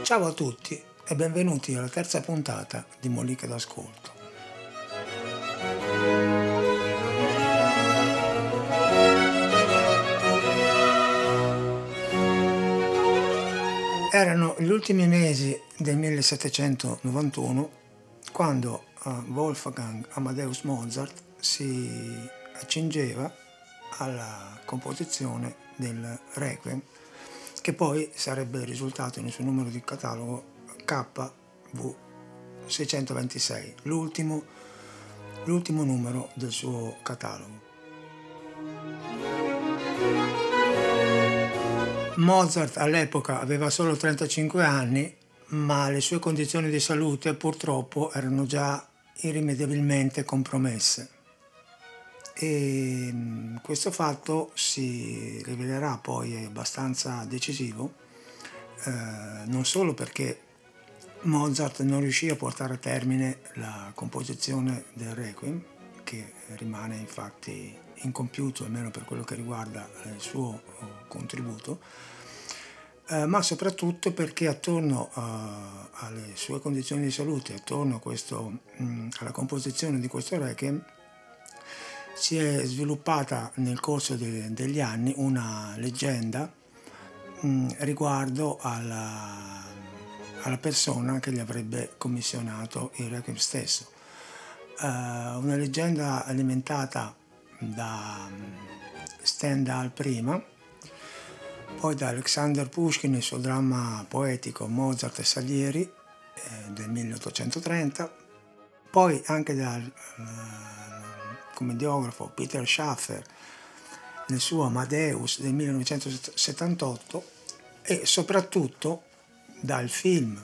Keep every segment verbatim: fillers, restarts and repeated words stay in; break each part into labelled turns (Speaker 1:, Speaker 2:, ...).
Speaker 1: Ciao a tutti e benvenuti alla terza puntata di Moliche d'Ascolto. Erano gli ultimi mesi del millesettecentonovantuno quando Wolfgang Amadeus Mozart si accingeva alla composizione del Requiem, che poi sarebbe risultato nel suo numero di catalogo K V seicentoventisei, l'ultimo, l'ultimo numero del suo catalogo. Mozart all'epoca aveva solo trentacinque anni, ma le sue condizioni di salute purtroppo erano già irrimediabilmente compromesse. E questo fatto si rivelerà poi abbastanza decisivo, eh, non solo perché Mozart non riuscì a portare a termine la composizione del Requiem, che rimane infatti incompiuto, almeno per quello che riguarda il suo contributo, eh, ma soprattutto perché attorno a, alle sue condizioni di salute, attorno a questo, mh, alla composizione di questo Requiem, si è sviluppata nel corso de, degli anni una leggenda mh, riguardo alla, alla persona che gli avrebbe commissionato il Requiem stesso. Uh, una leggenda alimentata da Stendhal prima, poi da Alexander Pushkin nel suo dramma poetico Mozart e Salieri eh, del milleottocentotrenta, poi anche dal uh, commediografo Peter Schaffer nel suo Amadeus del millenovecentosettantotto e soprattutto dal film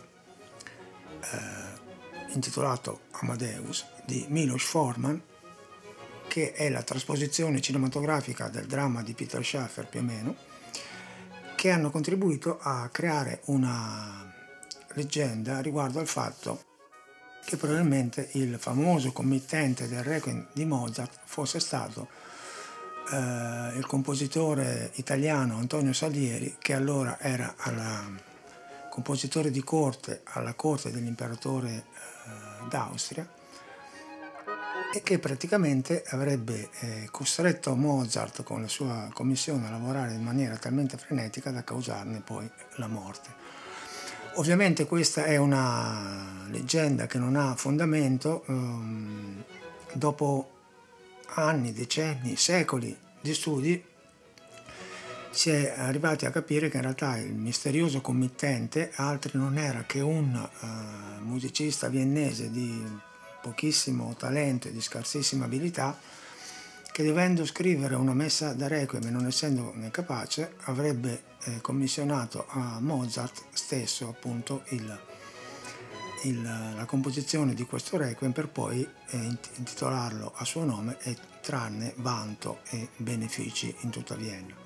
Speaker 1: eh, intitolato Amadeus di Milos Forman, che è la trasposizione cinematografica del dramma di Peter Schaffer più o meno, che hanno contribuito a creare una leggenda riguardo al fatto che probabilmente il famoso committente del Requiem di Mozart fosse stato eh, il compositore italiano Antonio Salieri, che allora era alla, compositore di corte alla corte dell'imperatore eh, d'Austria, e che praticamente avrebbe eh, costretto Mozart con la sua commissione a lavorare in maniera talmente frenetica da causarne poi la morte. Ovviamente questa è una leggenda che non ha fondamento. Um, dopo anni, decenni, secoli di studi si è arrivati a capire che in realtà il misterioso committente altro non era che un uh, musicista viennese di pochissimo talento e di scarsissima abilità, che dovendo scrivere una messa da Requiem e non essendone capace avrebbe eh, commissionato a Mozart stesso appunto il, il, la composizione di questo Requiem per poi eh, intitolarlo a suo nome e trarne vanto e benefici in tutta Vienna.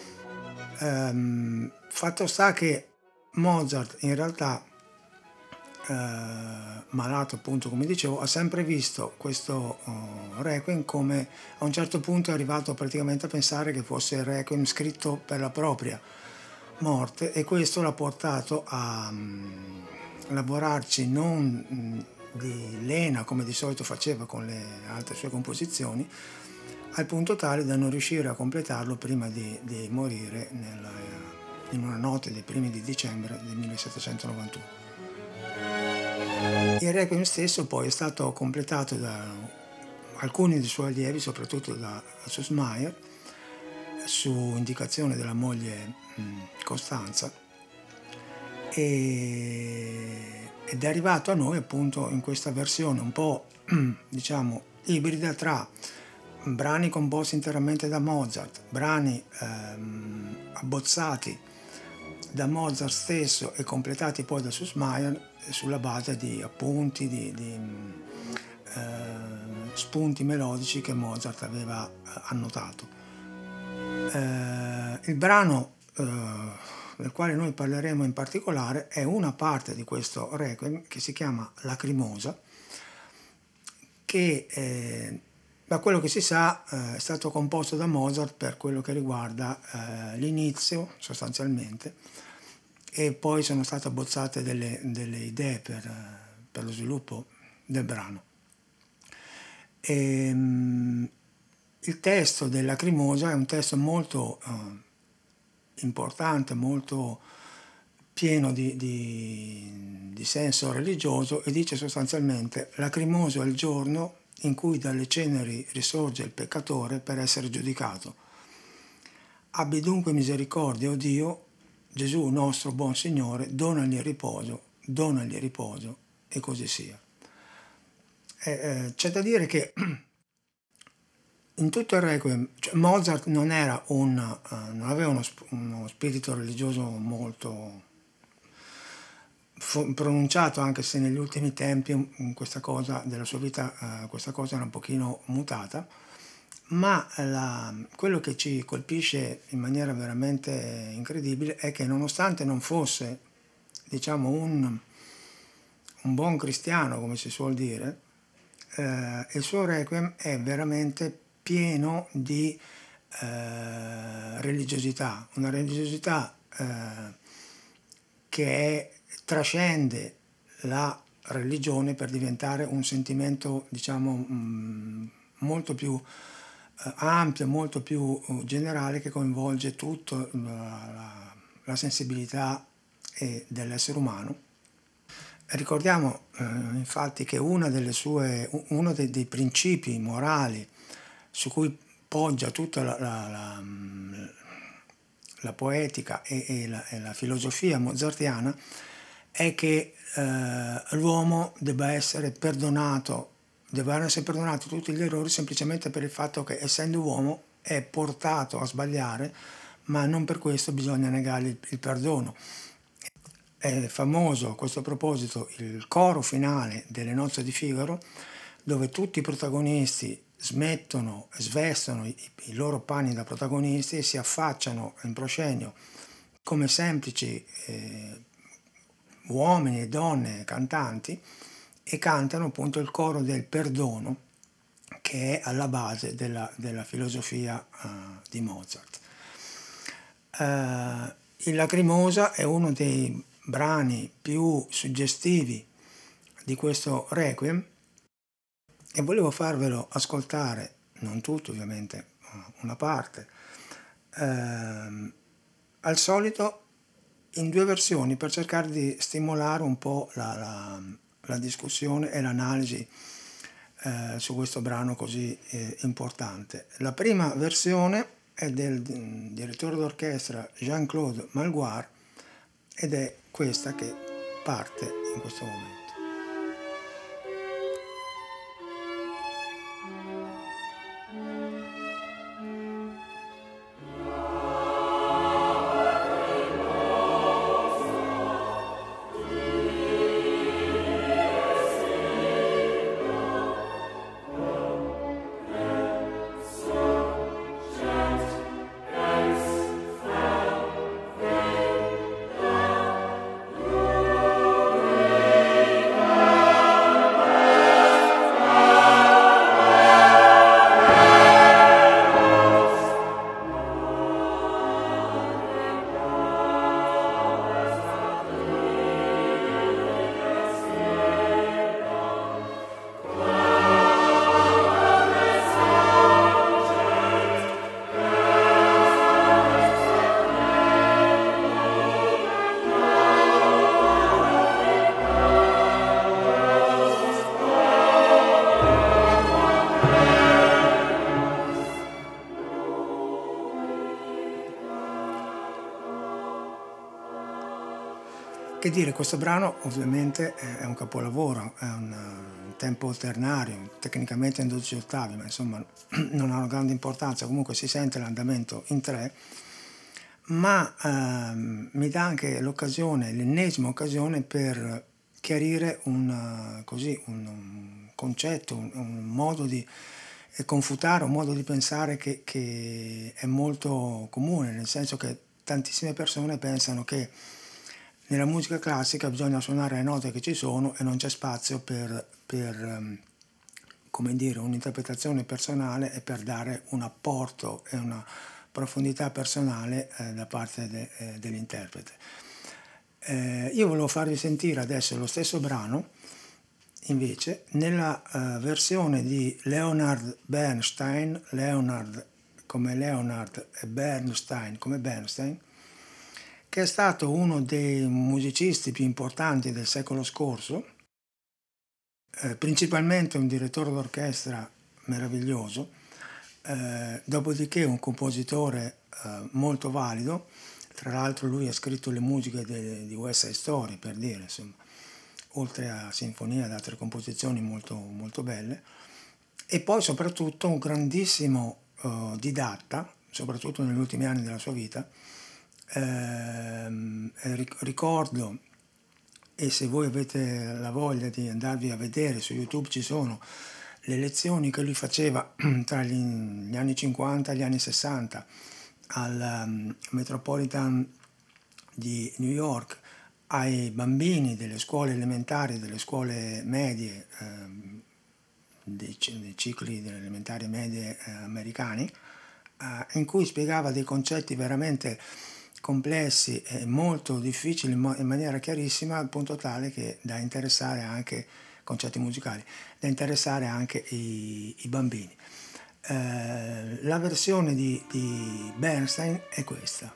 Speaker 1: Ehm, fatto sta che Mozart in realtà Uh, malato appunto come dicevo, ha sempre visto questo uh, Requiem come a un certo punto è arrivato praticamente a pensare che fosse il Requiem scritto per la propria morte, e questo l'ha portato a um, lavorarci non um, di lena come di solito faceva con le altre sue composizioni, al punto tale da non riuscire a completarlo prima di, di morire nella, in una notte dei primi di dicembre del millesettecentonovantuno. Il Requiem stesso poi è stato completato da alcuni dei suoi allievi, soprattutto da Süssmayr, su indicazione della moglie Costanza, e, ed è arrivato a noi appunto in questa versione un po' diciamo ibrida tra brani composti interamente da Mozart, brani ehm, abbozzati da Mozart stesso e completati poi da Süssmayr sulla base di appunti, di, di eh, spunti melodici che Mozart aveva annotato. Eh, il brano eh, del quale noi parleremo in particolare è una parte di questo Requiem che si chiama Lacrimosa, che eh, da quello che si sa eh, è stato composto da Mozart per quello che riguarda eh, l'inizio sostanzialmente e poi sono state abbozzate delle, delle idee per, per lo sviluppo del brano. E, um, il testo del Lacrimosa è un testo molto uh, importante, molto pieno di, di, di senso religioso, e dice sostanzialmente: lacrimoso è il giorno in cui dalle ceneri risorge il peccatore per essere giudicato. Abbi dunque misericordia, o Dio, Gesù nostro buon Signore, donagli riposo, donagli riposo, e così sia. Eh, eh, c'è da dire che in tutto il Requiem, cioè Mozart non era un, uh, non aveva uno, uno spirito religioso molto pronunciato, anche se negli ultimi tempi in questa cosa della sua vita uh, questa cosa era un pochino mutata, ma la, quello che ci colpisce in maniera veramente incredibile è che, nonostante non fosse, diciamo, un, un buon cristiano, come si suol dire, eh, il suo Requiem è veramente pieno di eh, religiosità, una religiosità eh, che è, trascende la religione per diventare un sentimento, diciamo, mh, molto più eh, ampio, molto più uh, generale, che coinvolge tutto la, la, la sensibilità eh, dell'essere umano. Ricordiamo eh, infatti che una delle sue, uno dei, dei principi morali su cui poggia tutta la, la, la, la poetica e, e, la, e la filosofia mozartiana è che eh, l'uomo debba essere perdonato, debbano essere perdonati tutti gli errori, semplicemente per il fatto che, essendo uomo, è portato a sbagliare, ma non per questo bisogna negargli il, il perdono. È famoso a questo proposito il coro finale delle Nozze di Figaro, dove tutti i protagonisti smettono, svestono i, i loro panni da protagonisti e si affacciano in proscenio come semplici eh, uomini e donne cantanti, e cantano appunto il coro del perdono, che è alla base della, della filosofia uh, di Mozart. Uh, il Lacrimosa è uno dei brani più suggestivi di questo Requiem, e volevo farvelo ascoltare, non tutto ovviamente, una parte, ehm, al solito in due versioni, per cercare di stimolare un po' la, la, la discussione e l'analisi eh, su questo brano così eh, importante. La prima versione è del direttore d'orchestra Jean-Claude Malgoire, ed è questa che parte in questo momento. Che dire, questo brano ovviamente è un capolavoro, è un tempo ternario, tecnicamente in dodici ottavi, ma insomma non ha una grande importanza, comunque si sente l'andamento in tre, ma ehm, mi dà anche l'occasione, l'ennesima occasione, per chiarire un, così, un, un concetto, un, un modo di confutare, un modo di pensare che, che è molto comune, nel senso che tantissime persone pensano che nella musica classica bisogna suonare le note che ci sono e non c'è spazio per, per come dire, un'interpretazione personale e per dare un apporto e una profondità personale eh, da parte de, eh, dell'interprete. Eh, io volevo farvi sentire adesso lo stesso brano, invece, nella uh, versione di Leonard Bernstein, Leonard come Leonard e Bernstein come Bernstein, che è stato uno dei musicisti più importanti del secolo scorso, eh, principalmente un direttore d'orchestra meraviglioso, eh, dopodiché un compositore eh, molto valido. Tra l'altro lui ha scritto le musiche de, di West Side Story, per dire, insomma, oltre a sinfonie ed altre composizioni molto, molto belle. E poi soprattutto un grandissimo uh, didatta, soprattutto negli ultimi anni della sua vita. Eh, ricordo, e se voi avete la voglia di andarvi a vedere, su YouTube ci sono le lezioni che lui faceva tra gli, gli anni cinquanta e gli anni sessanta al um, Metropolitan di New York, ai bambini delle scuole elementari, delle scuole medie, ehm, dei, dei cicli delle elementari medie eh, americani, eh, in cui spiegava dei concetti veramente complessi e molto difficili in, mo- in maniera chiarissima, al punto tale che da interessare anche concetti musicali, da interessare anche i, i bambini. Eh, la versione di, di Bernstein è questa.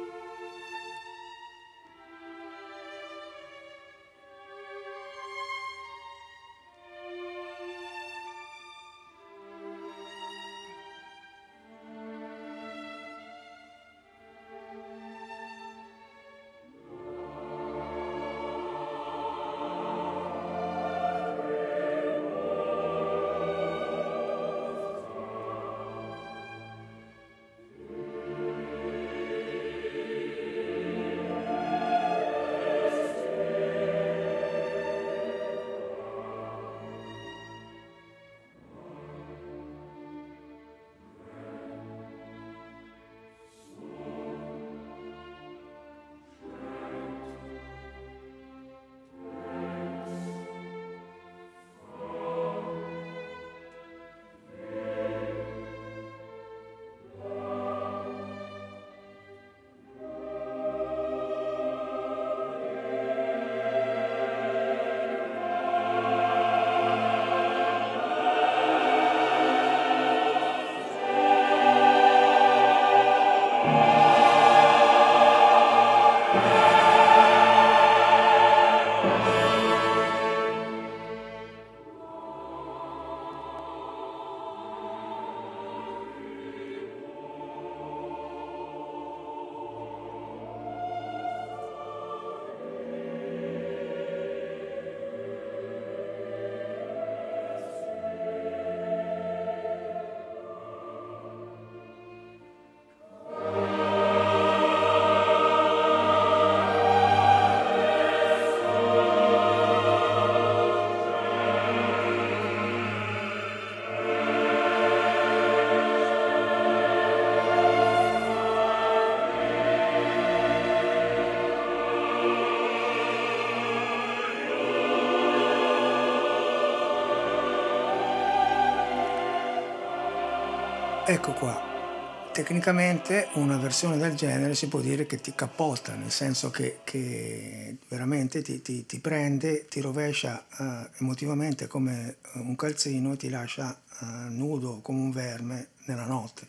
Speaker 1: Ecco qua, tecnicamente una versione del genere si può dire che ti capotta, nel senso che, che veramente ti, ti, ti prende, ti rovescia uh, emotivamente come un calzino e ti lascia uh, nudo come un verme nella notte.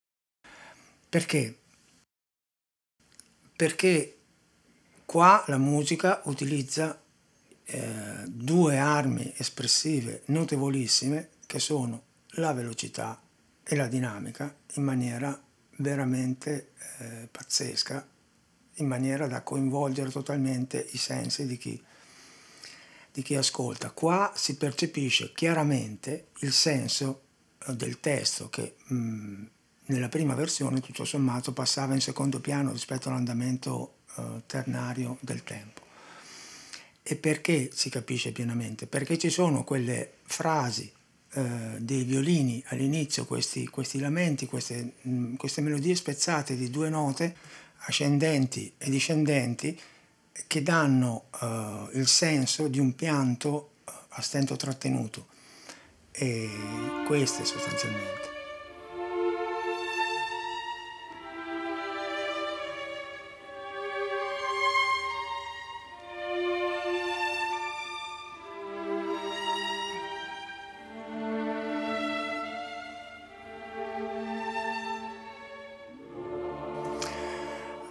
Speaker 1: Perché? Perché qua la musica utilizza eh, due armi espressive notevolissime che sono la velocità e la dinamica in maniera veramente eh, pazzesca, in maniera da coinvolgere totalmente i sensi di chi, di chi ascolta. Qua si percepisce chiaramente il senso eh, del testo che mh, nella prima versione tutto sommato passava in secondo piano rispetto all'andamento eh, ternario del tempo. E perché si capisce pienamente? Perché ci sono quelle frasi eh, dei violini all'inizio, questi, questi lamenti, queste, mh, queste melodie spezzate di due note ascendenti e discendenti che danno eh, il senso di un pianto a stento trattenuto. E queste sostanzialmente.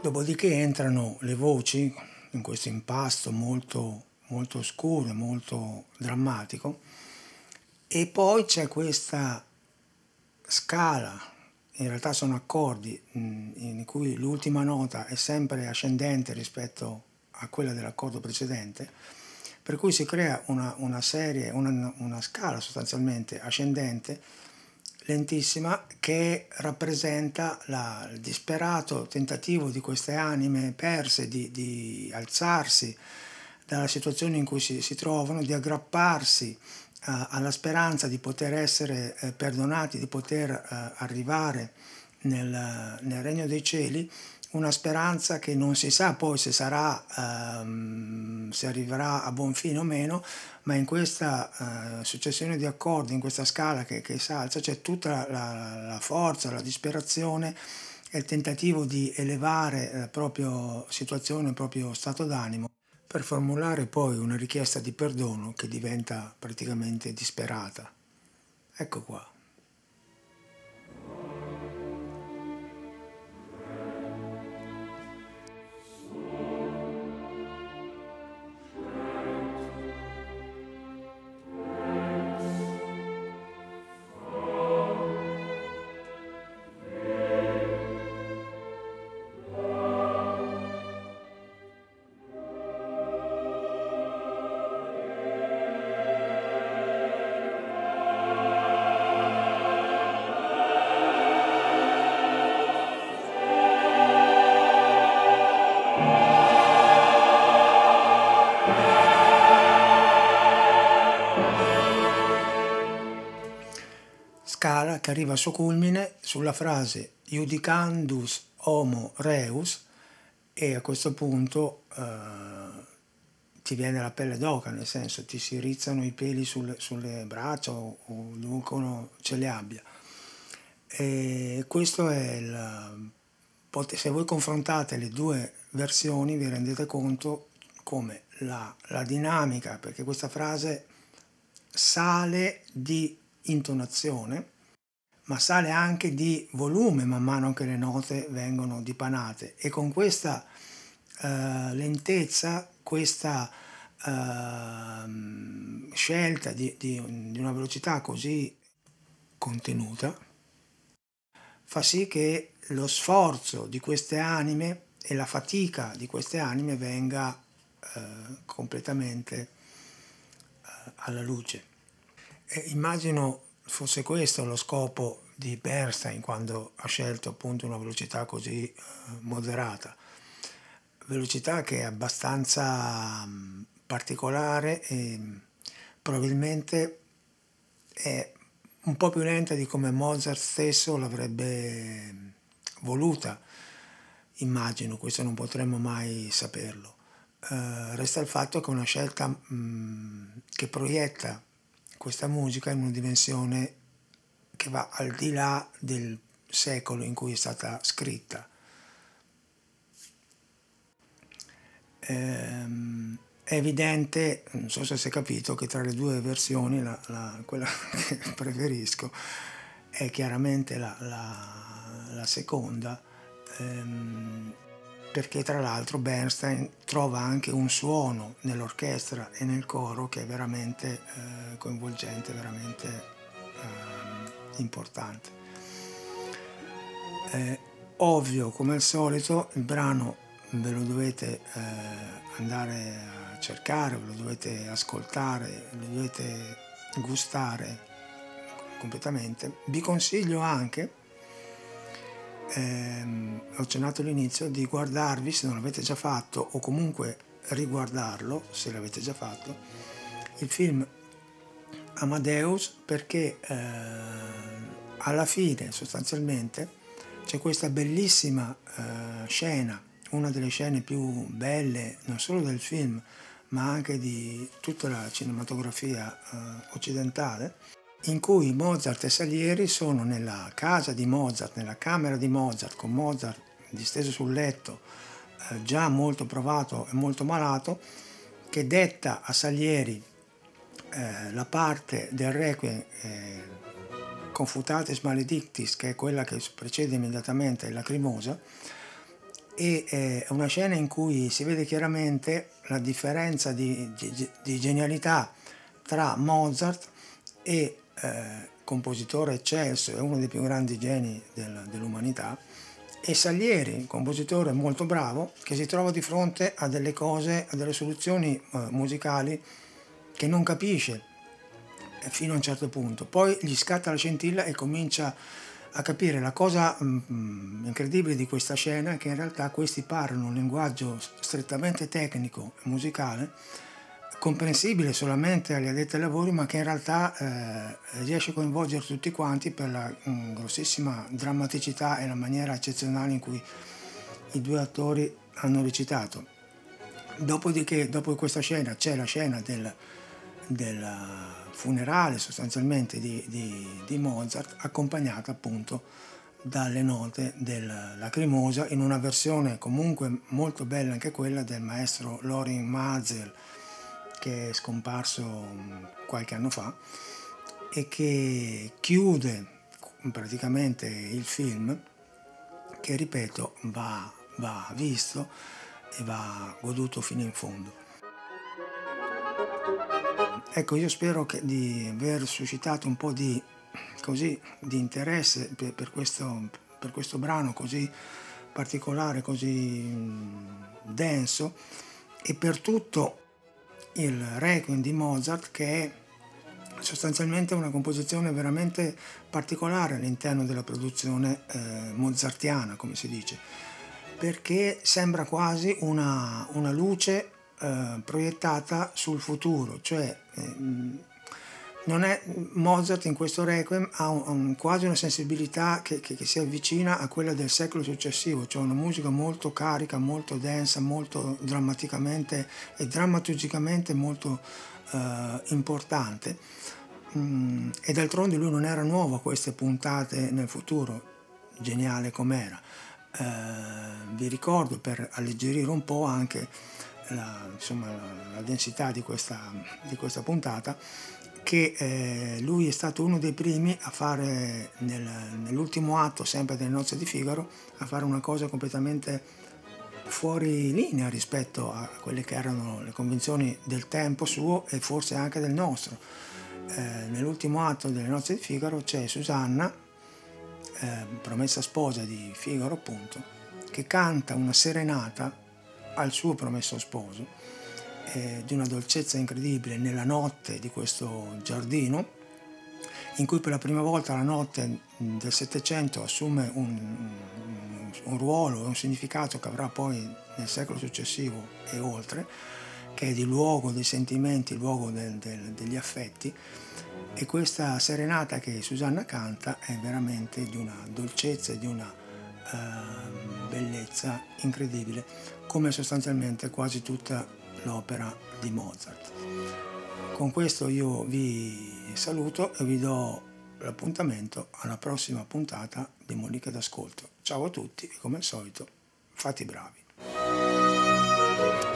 Speaker 1: Dopodiché entrano le voci in questo impasto molto, molto oscuro, molto drammatico, e poi c'è questa scala, in realtà sono accordi mh, in cui l'ultima nota è sempre ascendente rispetto a quella dell'accordo precedente, per cui si crea una, una serie, una, una scala sostanzialmente ascendente, lentissima, che rappresenta la, il disperato tentativo di queste anime perse di, di alzarsi dalla situazione in cui si, si trovano, di aggrapparsi uh, alla speranza di poter essere eh, perdonati, di poter uh, arrivare nel, nel regno dei cieli, una speranza che non si sa poi se sarà, um, se arriverà a buon fine o meno, ma in questa uh, successione di accordi, in questa scala che, che si alza, c'è tutta la, la forza, la disperazione e il tentativo di elevare la propria situazione, il proprio stato d'animo, per formulare poi una richiesta di perdono che diventa praticamente disperata. Ecco qua. Scala che arriva al suo culmine sulla frase Iudicandus homo reus, e a questo punto eh, ti viene la pelle d'oca, nel senso ti si rizzano i peli sulle, sulle braccia o, o dovunque uno ce li abbia. E questo è il... Se voi confrontate le due versioni vi rendete conto come la, la dinamica, perché questa frase sale di intonazione, ma sale anche di volume man mano che le note vengono dipanate, e con questa uh, lentezza, questa uh, scelta di, di, di una velocità così contenuta, fa sì che lo sforzo di queste anime e la fatica di queste anime venga uh, completamente uh, alla luce. E immagino fosse questo lo scopo di Bernstein quando ha scelto appunto una velocità così eh, moderata, velocità che è abbastanza mh, particolare e mh, probabilmente è un po' più lenta di come Mozart stesso l'avrebbe voluta, immagino, questo non potremmo mai saperlo. Uh, resta il fatto che è una scelta mh, che proietta questa musica in una dimensione che va al di là del secolo in cui è stata scritta. Ehm, è evidente, non so se si è capito, che tra le due versioni la, la, quella che preferisco è chiaramente la, la, la seconda, ehm, perché tra l'altro Bernstein trova anche un suono nell'orchestra e nel coro che è veramente eh, coinvolgente, veramente eh, importante. Eh, ovvio, come al solito, il brano ve lo dovete eh, andare a cercare, ve lo dovete ascoltare, ve lo dovete gustare completamente. Vi consiglio anche, ehm, ho accennato all'inizio, di guardarvi, se non l'avete già fatto, o comunque riguardarlo se l'avete già fatto, il film Amadeus, perché eh, alla fine sostanzialmente c'è questa bellissima eh, scena, una delle scene più belle non solo del film ma anche di tutta la cinematografia eh, occidentale, in cui Mozart e Salieri sono nella casa di Mozart, nella camera di Mozart, con Mozart disteso sul letto, eh, già molto provato e molto malato, che detta a Salieri eh, la parte del Requiem eh, Confutatis Maledictis, che è quella che precede immediatamente il Lacrimosa, e eh, è una scena in cui si vede chiaramente la differenza di, di, di genialità tra Mozart e eh, compositore eccelso e uno dei più grandi geni del, dell'umanità, e Salieri, compositore molto bravo, che si trova di fronte a delle cose, a delle soluzioni eh, musicali che non capisce fino a un certo punto. Poi gli scatta la scintilla e comincia a capire. La cosa mm, incredibile di questa scena è che in realtà questi parlano un linguaggio strettamente tecnico e musicale, comprensibile solamente agli addetti ai lavori, ma che in realtà eh, riesce a coinvolgere tutti quanti per la mm, grossissima drammaticità e la maniera eccezionale in cui i due attori hanno recitato. Dopodiché, dopo questa scena, c'è la scena del, del funerale sostanzialmente di, di, di Mozart, accompagnata appunto dalle note del Lacrimosa, in una versione comunque molto bella anche quella del maestro Lorin Maazel, che è scomparso qualche anno fa, e che chiude praticamente il film, che ripeto va, va visto e va goduto fino in fondo. Ecco, io spero che di aver suscitato un po' di, così, di interesse per, per, questo, per questo brano così particolare, così denso, e per tutto il Requiem di Mozart, che è sostanzialmente una composizione veramente particolare all'interno della produzione eh, mozartiana, come si dice, perché sembra quasi una, una luce eh, proiettata sul futuro, cioè eh, non è, Mozart in questo Requiem ha un, un, quasi una sensibilità che, che, che si avvicina a quella del secolo successivo, cioè una musica molto carica, molto densa, molto drammaticamente e drammaturgicamente molto eh, importante. Mm, e d'altronde lui non era nuovo a queste puntate nel futuro, geniale com'era. Eh, vi ricordo, per alleggerire un po' anche la, insomma, la, la densità di questa, di questa puntata, che eh, lui è stato uno dei primi a fare nel, nell'ultimo atto, sempre delle Nozze di Figaro, a fare una cosa completamente fuori linea rispetto a quelle che erano le convenzioni del tempo suo e forse anche del nostro. Eh, nell'ultimo atto delle Nozze di Figaro c'è Susanna, eh, promessa sposa di Figaro appunto, che canta una serenata al suo promesso sposo, eh, di una dolcezza incredibile, nella notte di questo giardino, in cui per la prima volta la notte del Settecento assume un, un, un ruolo e un significato che avrà poi nel secolo successivo e oltre, che è di luogo dei sentimenti, luogo del, del, degli affetti. E questa serenata che Susanna canta è veramente di una dolcezza e di una uh, bellezza incredibile, come sostanzialmente quasi tutta l'opera di Mozart. Con questo io vi saluto e vi do l'appuntamento alla prossima puntata di Moliche d'Ascolto. Ciao a tutti e come al solito, fate i bravi.